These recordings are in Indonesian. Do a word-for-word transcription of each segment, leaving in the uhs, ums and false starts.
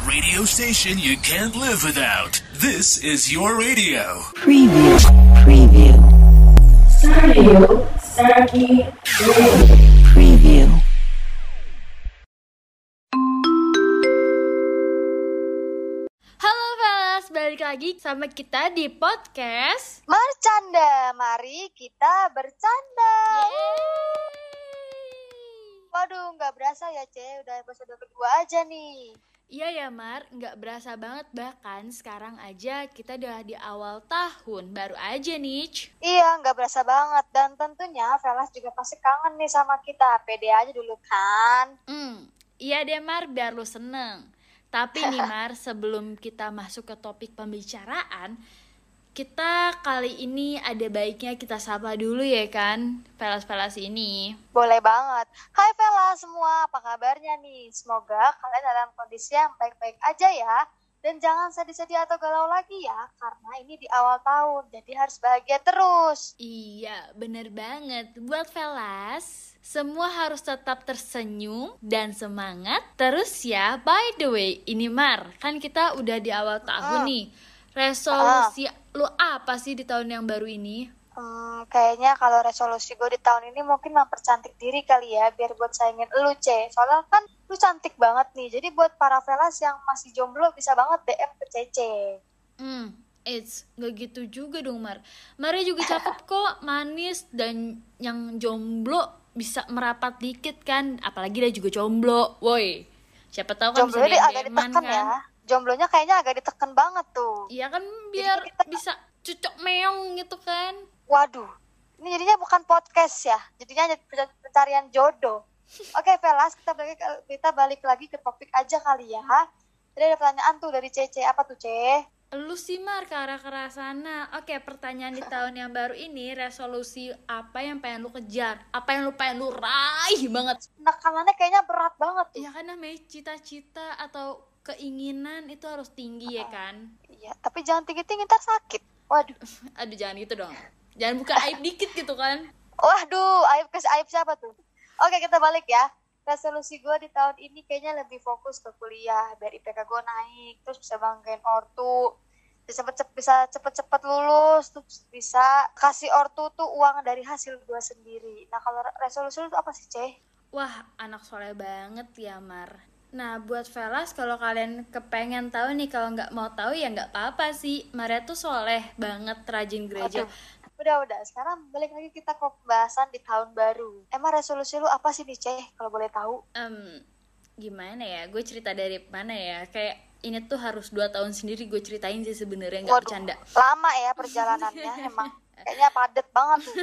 radio station you can't live without. This is your radio. Preview. Preview. Radio Starkey Radio. Preview. Halo fellas, balik lagi sama kita di podcast Bercanda, mari kita bercanda. Waduh, nggak berasa ya, Ce. Udah episode kedua aja nih. Iya ya Mar, nggak berasa banget, bahkan sekarang aja kita udah di awal tahun, baru aja nih. Iya, nggak berasa banget. Dan tentunya Velas juga pasti kangen nih sama kita. Pede aja dulu kan. Hmm, iya deh Mar, biar lu seneng. Tapi nih Mar, sebelum kita masuk ke topik pembicaraan, kita kali ini ada baiknya kita sapa dulu ya kan, Velas-Velas ini. Boleh banget. Hai Velas semua, apa kabarnya nih? Semoga kalian dalam kondisi yang baik-baik aja ya. Dan jangan sedih-sedih atau galau lagi ya, karena ini di awal tahun, jadi harus bahagia terus. Iya, bener banget. Buat Velas, semua harus tetap tersenyum dan semangat. Terus ya, by the way, ini Mar, kan kita udah di awal tahun Hmm. nih. Resolusi lu apa sih di tahun yang baru ini? Hmm, kayaknya kalau resolusi gue di tahun ini mungkin mempercantik diri kali ya, biar buat saingin lu, Ce. Soalnya kan lu cantik banget nih, jadi buat para Velas yang masih jomblo bisa banget D M ke Cece. Hmm, it's gak gitu juga dong Mar. Maria juga cakep kok, manis, dan yang jomblo bisa merapat dikit kan. Apalagi dia juga jomblo, woi. Siapa tahu kan bisa Jomblonya agak D M-an ditekan kan. ya. Jomblonya kayaknya agak ditekan banget tuh. Iya kan biar Jadi kita- bisa cucok meong gitu kan. Waduh, ini jadinya bukan podcast ya, jadinya jadi pencarian jodoh. Oke Velas, kita balik, kita balik lagi ke topik aja kali ya. Tadi ada pertanyaan tuh dari Cece, apa tuh Ce? Lu sih Mar, ke arah ke arah sana. Oke, pertanyaan di tahun yang baru ini, resolusi apa yang pengen lu kejar? Apa yang lu pengen lu raih banget? Penekanannya kayaknya berat banget tuh. Ya kan namanya cita-cita atau keinginan itu harus tinggi ya kan? Iya, tapi jangan tinggi-tinggi ntar sakit. Waduh, Aduh jangan gitu dong. Jangan buka aib dikit gitu kan. waduh, aib ke aib siapa tuh? Oke, kita balik ya. Resolusi gue di tahun ini kayaknya lebih fokus ke kuliah, biar I P K gue naik, terus bisa banggain ortu, bisa cepet bisa cepet-cepet lulus, terus bisa kasih ortu tuh uang dari hasil gue sendiri. Nah kalau resolusi lu tuh apa sih, Ce? Wah, anak soleh banget ya Mar. Nah buat Velas, kalau kalian kepengen tahu nih, kalau nggak mau tahu ya nggak apa-apa sih. Maria tuh soleh banget, rajin gereja. Aduh. Udah-udah, sekarang balik lagi kita ke pembahasan di tahun baru. Emang resolusi lu apa sih nih, Ce? Kalau boleh tahu. Em, gimana ya, gue cerita dari mana ya, kayak ini tuh harus dua tahun sendiri gue ceritain sih sebenarnya, nggak Waduh, bercanda. lama ya perjalanannya, emang kayaknya padet banget tuh.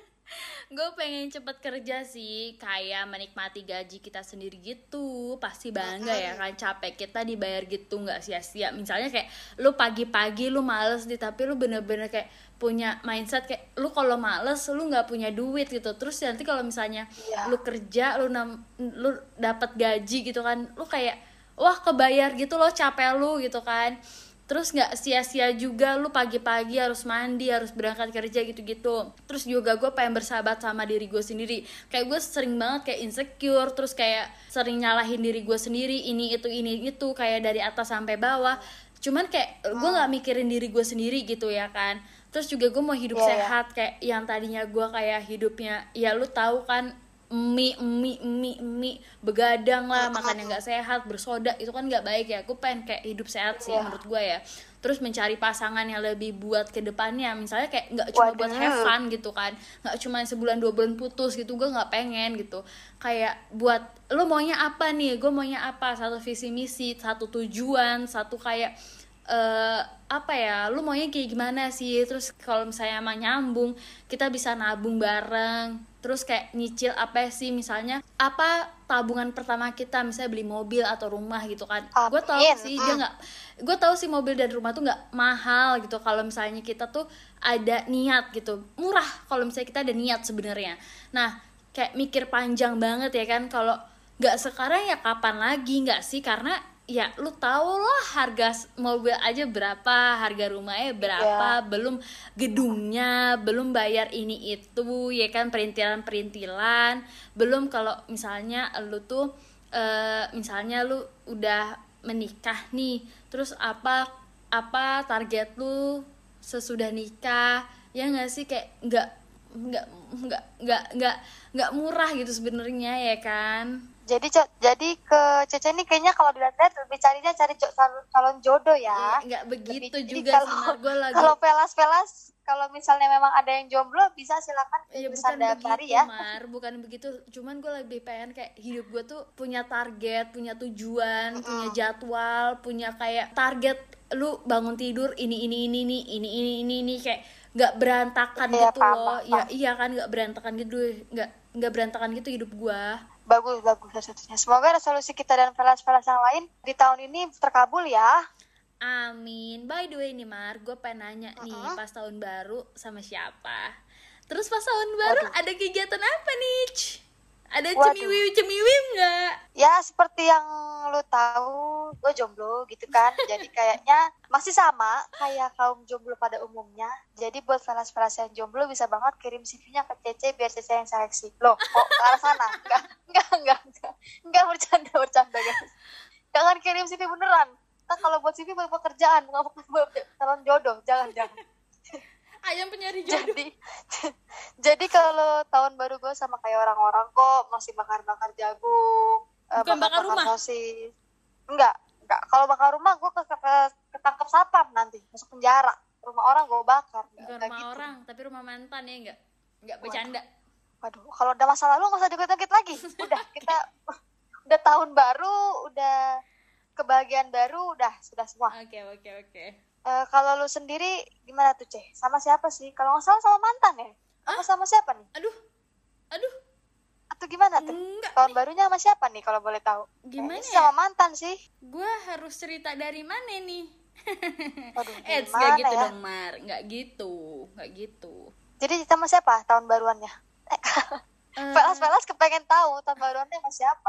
Gue pengen cepet kerja sih, kayak menikmati gaji kita sendiri gitu. Pasti bangga ya kan, capek kita dibayar gitu, nggak sia-sia. Misalnya kayak lu pagi-pagi lu males nih, tapi lu bener-bener kayak punya mindset kayak lu kalau males lu nggak punya duit gitu. Terus nanti kalau misalnya Iya. lu kerja, lu nam, lu dapat gaji gitu kan, lu kayak wah kebayar gitu loh capek lu gitu kan. Terus gak sia-sia juga lu pagi-pagi harus mandi, harus berangkat kerja gitu-gitu. Terus juga gue pengen bersahabat sama diri gue sendiri. Kayak gue sering banget kayak insecure, terus kayak sering nyalahin diri gue sendiri, ini itu ini itu, kayak dari atas sampai bawah. Cuman kayak gue gak mikirin diri gue sendiri gitu ya kan. Terus juga gue mau hidup Iya, sehat, kayak yang tadinya gue kayak hidupnya, ya lu tahu kan, mie, mie, mie, mie, begadang lah, makan yang gak sehat, bersoda, itu kan gak baik ya. Gue pengen kayak hidup sehat sih, Iya. menurut gue ya. Terus mencari pasangan yang lebih buat ke depannya, misalnya kayak gak cuma buat Waduh. have fun gitu kan, gak cuma sebulan dua bulan putus gitu, gue gak pengen gitu. Kayak buat, lo maunya apa nih, gue maunya apa, satu visi misi, satu tujuan, satu kayak uh, apa ya, lu maunya kayak gimana sih. Terus kalau misalnya emang nyambung, kita bisa nabung bareng. Terus kayak nyicil apa sih, misalnya apa tabungan pertama kita, misalnya beli mobil atau rumah gitu kan. Gue tau Amin. sih dia nggak, gue tau sih mobil dan rumah tuh nggak mahal gitu kalau misalnya kita tuh ada niat gitu, murah kalau misalnya kita ada niat sebenarnya. Nah kayak mikir panjang banget ya kan, kalau nggak sekarang ya kapan lagi, nggak sih? Karena ya lu tau lah harga mobil aja berapa, harga rumahnya berapa, Yeah. belum gedungnya, belum bayar ini itu ya kan, perintilan-perintilan, belum kalau misalnya lu tuh uh, misalnya lu udah menikah nih, terus apa apa target lu sesudah nikah, ya nggak sih? Kayak nggak nggak nggak nggak nggak nggak murah gitu sebenarnya ya kan. Jadi jadi ke Cece nih kayaknya kalau dilihat-lihat lebih carinya cari calon, calon jodoh ya. Nggak begitu Lebih, juga kalau, sih Mar, gue lagi kalau pelas-pelas, kalau misalnya memang ada yang jomblo bisa silakan ya bisa bukan daftari begitu ya. Mar, bukan begitu, cuman gue lebih pengen kayak hidup gue tuh punya target, punya tujuan, Mm-hmm. punya jadwal, punya kayak target lu bangun tidur ini ini ini ini ini ini ini, ini kayak nggak berantakan Iya, gitu paham, loh. paham. Ya iya kan, nggak berantakan gitu, nggak nggak berantakan gitu hidup gue. Bagus, bagus resolusinya. Semoga resolusi kita dan pelas-pelas yang lain di tahun ini terkabul ya. Amin. By the way nih Mar, gue pengen nanya nih, Uh-uh. pas tahun baru sama siapa? Terus pas tahun baru Waduh. ada kegiatan apa nih? Ch? Ada Waduh. cemiwiw-cemiwiw nggak? Ya seperti yang lu tahu, gue jomblo gitu kan. Jadi kayaknya masih sama kayak kaum jomblo pada umumnya. Jadi buat felas-felas yang jomblo bisa banget kirim C V-nya ke Cece biar Cece yang seleksi. Loh, kok ke arah sana? Enggak, enggak, enggak, enggak. Enggak bercanda, bercanda guys. Jangan kirim C V beneran. Kan kalau buat C V buat pekerjaan, bukan buat calon jodoh. Jangan, jangan. Ayam penyari jodoh. Jadi jadi kalau tahun baru gue sama kayak orang-orang kok masih bakar-bakar jagung, eh, Bukan bakar rumah? sosis. Enggak, enggak. Kalau bakar rumah gue ke, ke, ketangkep sapam nanti, masuk penjara. Rumah orang gue bakar. Enggak, Bukan enggak rumah gitu. orang, tapi rumah mantan ya enggak? Enggak bercanda. Waduh, kalau udah masa lalu nggak usah dikit-dikit lagi. Udah, kita udah tahun baru, udah kebahagiaan baru, udah sudah semua. Oke, oke, oke. Eh, kalau lu sendiri gimana tuh, Ceh? Sama siapa sih? Kalau nggak salah sama mantan ya? Apa sama siapa nih? Aduh. Aduh, Atau gimana tuh? enggak Tahun nih. barunya sama siapa nih kalau boleh tahu? Gimana Kayaknya ya? sama mantan sih. Gue harus cerita dari mana nih? Waduh, Eh, gimana enggak gitu ya? dong, Mar. Enggak gitu. Enggak gitu. Jadi sama siapa tahun baruannya? Eh, Pelas-pelas kepengen tahu tahun baruannya sama siapa?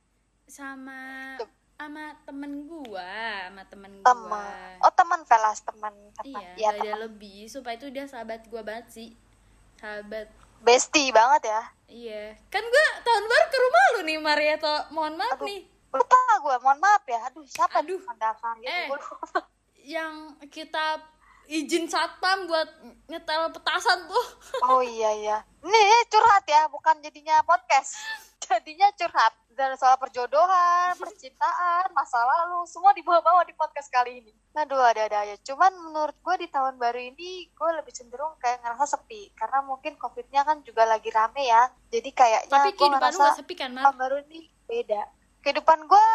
sama Tuh. sama temen gua, sama temen Teman. gua. Oh, teman Velas, teman. teman. Iya, Iya, gak ada teman. lebih. Supaya itu dia sahabat gua banget sih. Sahabat. Bestie banget ya. Iya. Kan gua tahun baru ke rumah lu nih, Mariato. Mohon maaf Aduh. nih. Lupa gue, mohon maaf ya. Aduh, siapa Aduh. tuh pendaftar gitu? Eh. Gua lupa. Yang kita izin satpam buat nyetel petasan tuh. Oh iya iya. Ini curhat ya, bukan jadinya podcast. Jadinya curhat. Dan soal perjodohan, percintaan, masa lalu, semua dibawa-bawa di podcast kali ini. Aduh, ada-ada aja. Cuman menurut gue di tahun baru ini, gue lebih cenderung kayak ngerasa sepi. Karena mungkin COVID-nya kan juga lagi rame ya. Jadi kayaknya Tapi gue kehidupan lu ngerasa gak sepi kan, Mar? tahun baru ini beda. Kehidupan gue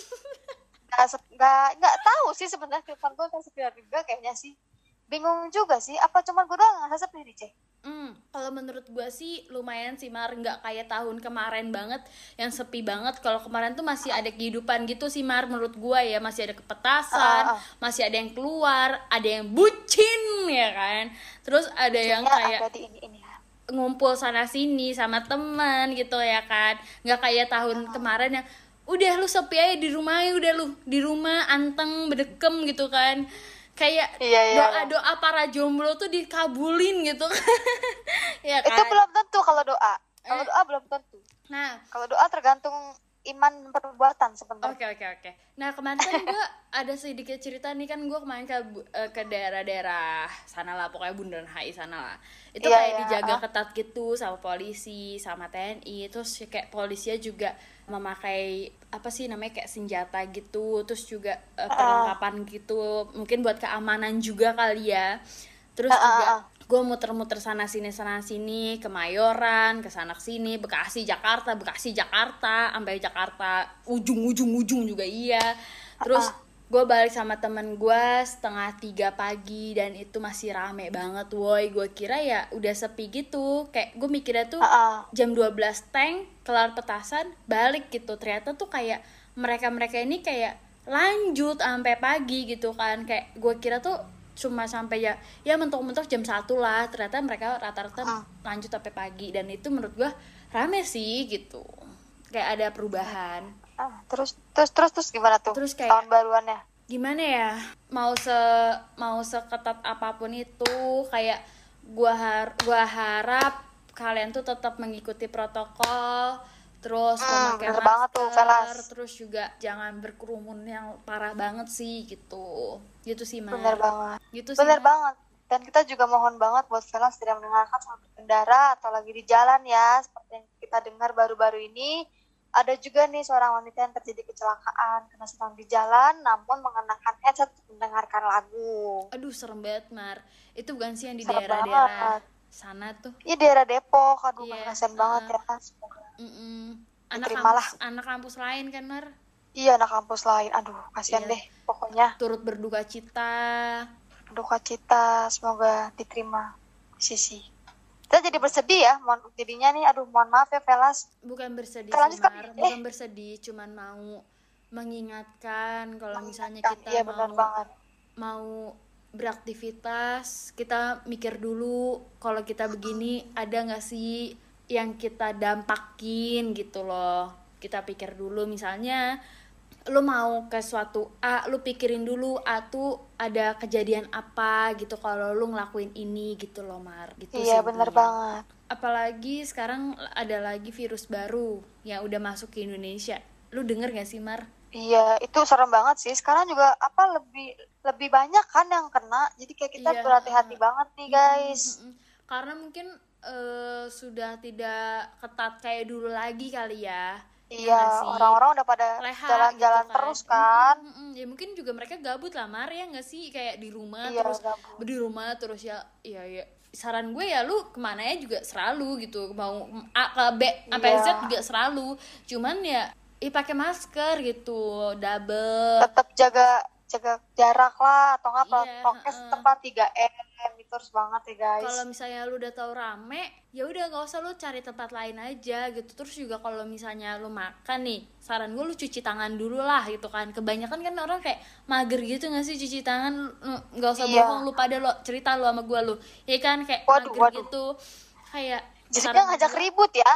nggak sep- nggak nggak tahu sih sebenarnya kehidupan gue kayak sepi juga kayaknya sih. Bingung juga sih. Apa cuma gue doang ngerasa sepi nih, Cek? Hmm, kalau menurut gue sih lumayan sih Mar, nggak kayak tahun kemarin banget yang sepi banget. Kalau kemarin tuh masih ada kehidupan gitu sih Mar, menurut gue ya, masih ada kepetasan, Ah, ah. masih ada yang keluar, ada yang bucin ya kan. Terus ada yang Kayaknya kayak ada di ini ini ya. ngumpul sana sini sama teman gitu ya kan. Nggak kayak tahun kemarin yang udah lu sepi aja di rumah ya, udah lu di rumah anteng bedekem gitu kan. Kayak Iya, iya, doa-doa para jomblo tuh dikabulin gitu. Ya kan. Itu belum tentu kalau doa. Kalau Eh. doa belum tentu. Nah, Kalau doa tergantung iman dan perbuatan sebenarnya. oke oke oke. Nah kemarin kan gue ada sedikit cerita nih, kan gue kemarin ke bu- eh, ke daerah-daerah sana lah, pokoknya Bundaran H I sana lah. Itu Iya, kayak iya, dijaga ah. ketat gitu sama polisi, sama T N I. Terus kayak polisinya juga memakai apa sih namanya kayak senjata gitu. Terus juga eh, perlengkapan gitu, mungkin buat keamanan juga kali ya. Terus Ah, ah, juga ah. gue muter-muter sana sini sana sini, Kemayoran, ke sana sini, Bekasi Jakarta, Bekasi Jakarta, sampai Jakarta ujung-ujung ujung juga iya. Terus gue balik sama temen gue setengah tiga pagi dan itu masih rame banget, woi. Gue kira ya udah sepi gitu, kayak gue mikirnya tuh Ah, ah. jam dua belas tank kelar petasan balik gitu. Ternyata tuh kayak mereka-mereka ini kayak lanjut sampai pagi gitu kan. Kayak gue kira tuh cuma sampai ya ya mentok-mentok jam satu lah. Ternyata mereka rata-rata Ah. lanjut sampai pagi, dan itu menurut gue rame sih gitu. Kayak ada perubahan. Ah, terus terus terus terus gimana tuh? Terus kayak- tahun baruannya. Gimana ya, mau se mau seketat apapun itu, kayak gua har gua harap kalian tuh tetap mengikuti protokol, terus Hmm, memakai bener banget tuh, Velas. masker, terus juga jangan berkerumun yang parah banget sih gitu. Gitu sih, Mar. Bener banget. Gitu sih. Bener Mar. banget. Dan kita juga mohon banget buat Velas tidak mendengarkan sambil berkendara atau lagi di jalan ya. Seperti yang kita dengar baru-baru ini, ada juga nih seorang wanita yang terjadi kecelakaan karena sedang di jalan namun mengenakan headset untuk mendengarkan lagu. Aduh, serem banget, Mar. Itu bukan sih yang di Serem daerah-daerah banget. sana tuh. Iya, daerah Depok. Aduh, Iya, kasihan uh-uh. banget ya. Semoga. Mm-mm. Anak Diterimalah. kampus, anak kampus lain kan, Mar. Iya, anak kampus lain. Aduh, kasihan Iya. deh. Pokoknya Turut berduka cita. duka cita, semoga diterima di sisi. Kita jadi bersedih ya, mohon jadinya nih, aduh mohon maaf ya Velas. Bukan bersedih Kita sih, lanjut, Mar. Kak. Bukan bersedih, cuman mau mengingatkan kalau misalnya Mengingatkan, kita iya, benar mau banget. mau beraktivitas, kita mikir dulu kalau kita begini ada nggak sih yang kita dampakin gitu loh. Kita pikir dulu, misalnya lu mau ke suatu A, lu pikirin dulu A tuh ada kejadian apa gitu kalau lu ngelakuin ini gitu loh, Mar. Gitu Iya, sih benar intinya. banget. Apalagi sekarang ada lagi virus baru yang udah masuk ke Indonesia. Lu denger gak sih, Mar? Iya, itu serem banget sih. Sekarang juga apa lebih lebih banyak kan yang kena. Jadi kayak kita Iya. berhati-hati banget nih, guys. Mm-mm. Karena mungkin eh, sudah tidak ketat kayak dulu lagi kali ya. Iya, nggak sih? orang-orang udah pada Leha jalan-jalan gitu terus kan. Mm-mm, mm-mm. Ya mungkin juga mereka gabut lah, Mar, ya nggak sih, kayak di rumah Iya, terus gabut. di rumah terus ya ya ya saran gue ya lu kemana ya juga selalu gitu, mau A ke B sampai Iya. Z juga selalu, cuman ya ih pakai masker gitu, double. Tetap jaga jaga jarak lah atau nggak Iya, prokes heeh. tempat tiga M itu harus banget ya guys. Kalau misalnya lu udah tahu rame, ya udah gak usah, lu cari tempat lain aja gitu. Terus juga kalau misalnya lu makan nih, saran gue lu cuci tangan dulu lah gitu kan. Kebanyakan kan orang kayak mager gitu gak sih cuci tangan, lu- nggak usah Iya. bohong, lu pada lo cerita lu sama gue lu, ya kan kayak Waduh, mager waduh. gitu. Kayak Jessica saran ngajak gue- ribut ya.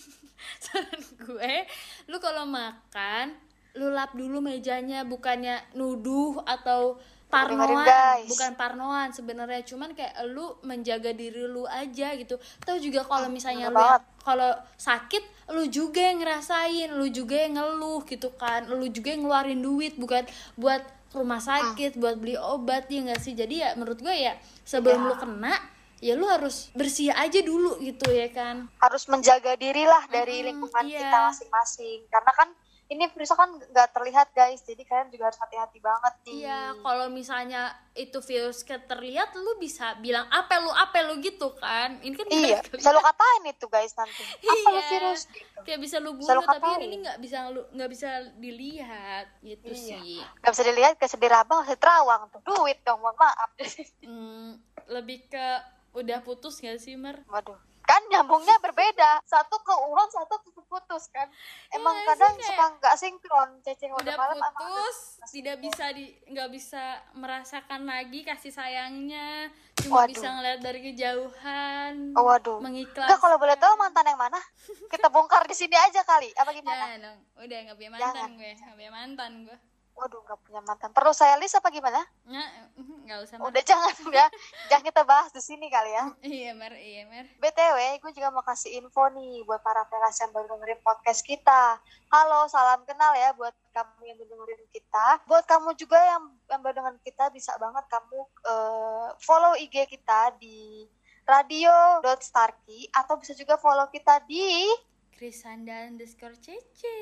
saran gue, lu kalau makan lu lap dulu mejanya, bukannya nuduh atau Dengerin, parnoan, guys. bukan parnoan sebenarnya, cuman kayak lu menjaga diri lu aja gitu. Tahu juga kalau misalnya bener lu banget. kalau sakit, lu juga yang ngerasain, lu juga yang ngeluh gitu kan, lu juga yang ngeluarin duit bukan buat rumah sakit, buat beli obat, ya nggak sih. Jadi ya menurut gue ya sebelum Iya. lu kena, ya lu harus bersih aja dulu gitu ya kan. Harus menjaga diri lah dari Mm-mm, lingkungan iya. kita masing-masing. Karena kan ini virusnya kan nggak terlihat guys, jadi kalian juga harus hati-hati banget nih. Iya, kalau misalnya itu virus terlihat, lu bisa bilang apa lu apa lu gitu kan. Ini kan Iya, nggak bisa lo katain itu guys nanti. Apa lo Iya. virus gitu. Kayak bisa lu Bisa lu bunuh, tapi kan katain. ini nggak bisa lu nggak bisa dilihat gitu Iya. sih. Gak bisa dilihat, kayak sedih rabang, sedih terawang tuh. Duit dong, mohon maaf. Hmm, lebih ke udah putus gak sih, Mar? Waduh. Kan nyambungnya berbeda. Satu ke uang, satu ke putus kan. Emang Iya sih, kadang kayak suka nggak sinkron. Cecing udah, Udah malam emang putus, ada- tidak bisa di nggak bisa merasakan lagi kasih sayangnya, cuma Waduh. bisa ngeliat dari kejauhan. Oh, waduh. Mengikhlaskan. Enggak, kalau boleh tahu mantan yang mana? Kita bongkar di sini aja kali. Apa gimana? Jangan dong, udah nggak punya mantan Jangan. gue, nggak punya mantan gue. Waduh, nggak punya mantan. Perlu saya list apa gimana? Nggak, nggak usah. Mar. Udah jangan ya. Jangan kita bahas di sini kali ya. Iya, Mar, iya, Mar. B T W, gue juga mau kasih info nih buat para velas yang baru dengerin podcast kita. Halo, salam kenal ya buat kamu yang baru dengerin kita. Buat kamu juga yang, yang baru dengerin kita, bisa banget kamu eh, follow I G kita di radio dot starkey atau bisa juga follow kita di Krisanda underscore Cece.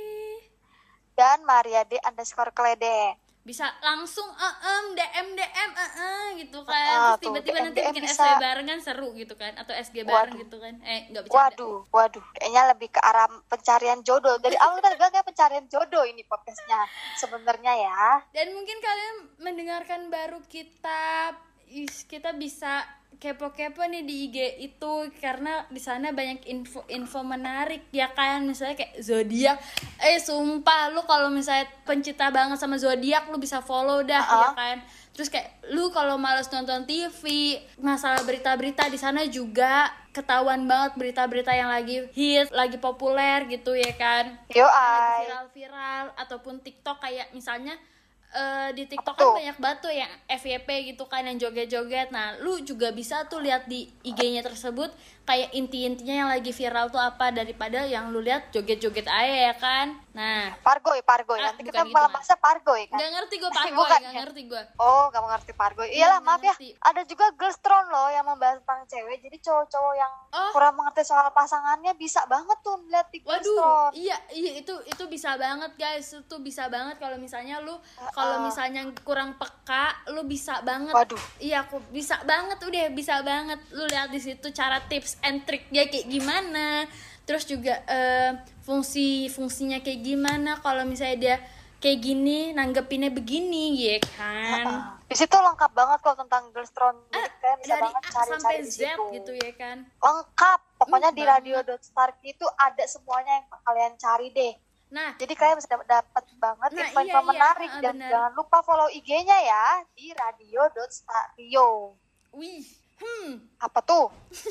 dan Mariade underscore Klede. Bisa langsung em D M D M eh gitu kan. Ah, Terus tiba-tiba tuh, nanti D M bikin bisa. S W bareng kan seru gitu kan, atau S G bareng Waduh. gitu kan. Eh, enggak bercanda. Waduh, waduh, kayaknya lebih ke arah pencarian jodoh. Dari awal kita bilang kayak pencarian jodoh ini podcastnya sebenarnya ya. Dan mungkin kalian mendengarkan baru kita, is- kita bisa kepo-kepo nih di I G itu, karena di sana banyak info info menarik ya kan, misalnya kayak zodiak. Eh sumpah lu kalau misalnya pencinta banget sama zodiak, lu bisa follow dah Uh-uh. ya kan. Terus kayak lu kalau males nonton T V, masalah berita-berita di sana juga ketahuan banget berita-berita yang lagi hit, lagi populer gitu ya kan. Yo Lagi ai. viral-viral ataupun TikTok kayak misalnya eh, di TikTok Betul. kan banyak banget tuh yang F Y P gitu kan, yang joget-joget. Nah, lu juga bisa tuh lihat di I G-nya tersebut kayak inti-intinya yang lagi viral tuh apa, daripada yang lu lihat joget-joget aja ya kan. Nah, Pargoy, Pargoy. Ah, Nanti bukan kita gitu, malah Mas. bahasa Pargoy kan. nggak ngerti gue pargoy, Bukan, nggak ya? ngerti gue. Oh, gak mengerti Pargoy. Iyalah, Nggak maaf ya. ngerti. Ada juga Girlstron loh yang membahas tentang cewek. Jadi cowok-cowok yang Oh. kurang mengerti soal pasangannya bisa banget tuh lihat di Waduh, Girlstron. iya, iya itu itu bisa banget guys, itu bisa banget kalau misalnya lu kalau misalnya kurang peka, lu bisa banget. Waduh. Iya, aku bisa banget, udah bisa banget. Lu lihat di situ cara tips and triknya kayak gimana. Terus juga eh, fungsi-fungsinya kayak gimana kalau misalnya dia kayak gini, nanggepinnya begini, ya kan? Di situ lengkap banget kok tentang Girlstron. Jadi Ah, kalian bisa dari banget A cari-cari sampai di Z situ. gitu ya kan? Lengkap. Pokoknya Hmm, di banget. radio.starky itu ada semuanya yang kalian cari deh. Nah, Jadi kalian bisa dapat dapat banget Nah, info-info iya, iya, menarik ah, dan benar. jangan lupa follow I G-nya ya di radio.stario. wih, hmm, Apa tuh?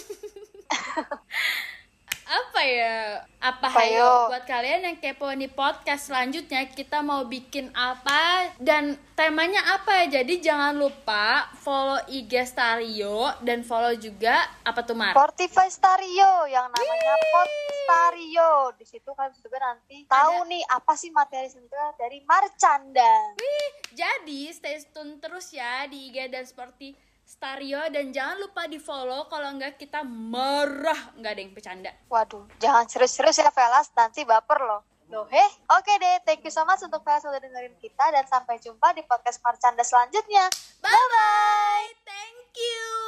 apa ya? Apa Apa hayo yo? buat kalian yang kepo di podcast selanjutnya kita mau bikin apa dan temanya apa ya? Jadi jangan lupa follow I G Stario dan follow juga apa tuh Mar? Spotify Stario yang namanya Pod Stario. Di situ kalian juga nanti tahu nih apa sih materi selanjutnya dari Marcanda. Jadi stay tune terus ya di I G dan seperti Stario dan jangan lupa di follow, kalau enggak kita marah, nggak ada yang bercanda. Waduh, jangan serius-serius ya Velas, nanti baper loh. Loh, heh. Oke deh, thank you so much untuk Velas udah dengerin kita dan sampai jumpa di podcast Marcanda selanjutnya. Bye bye, thank you.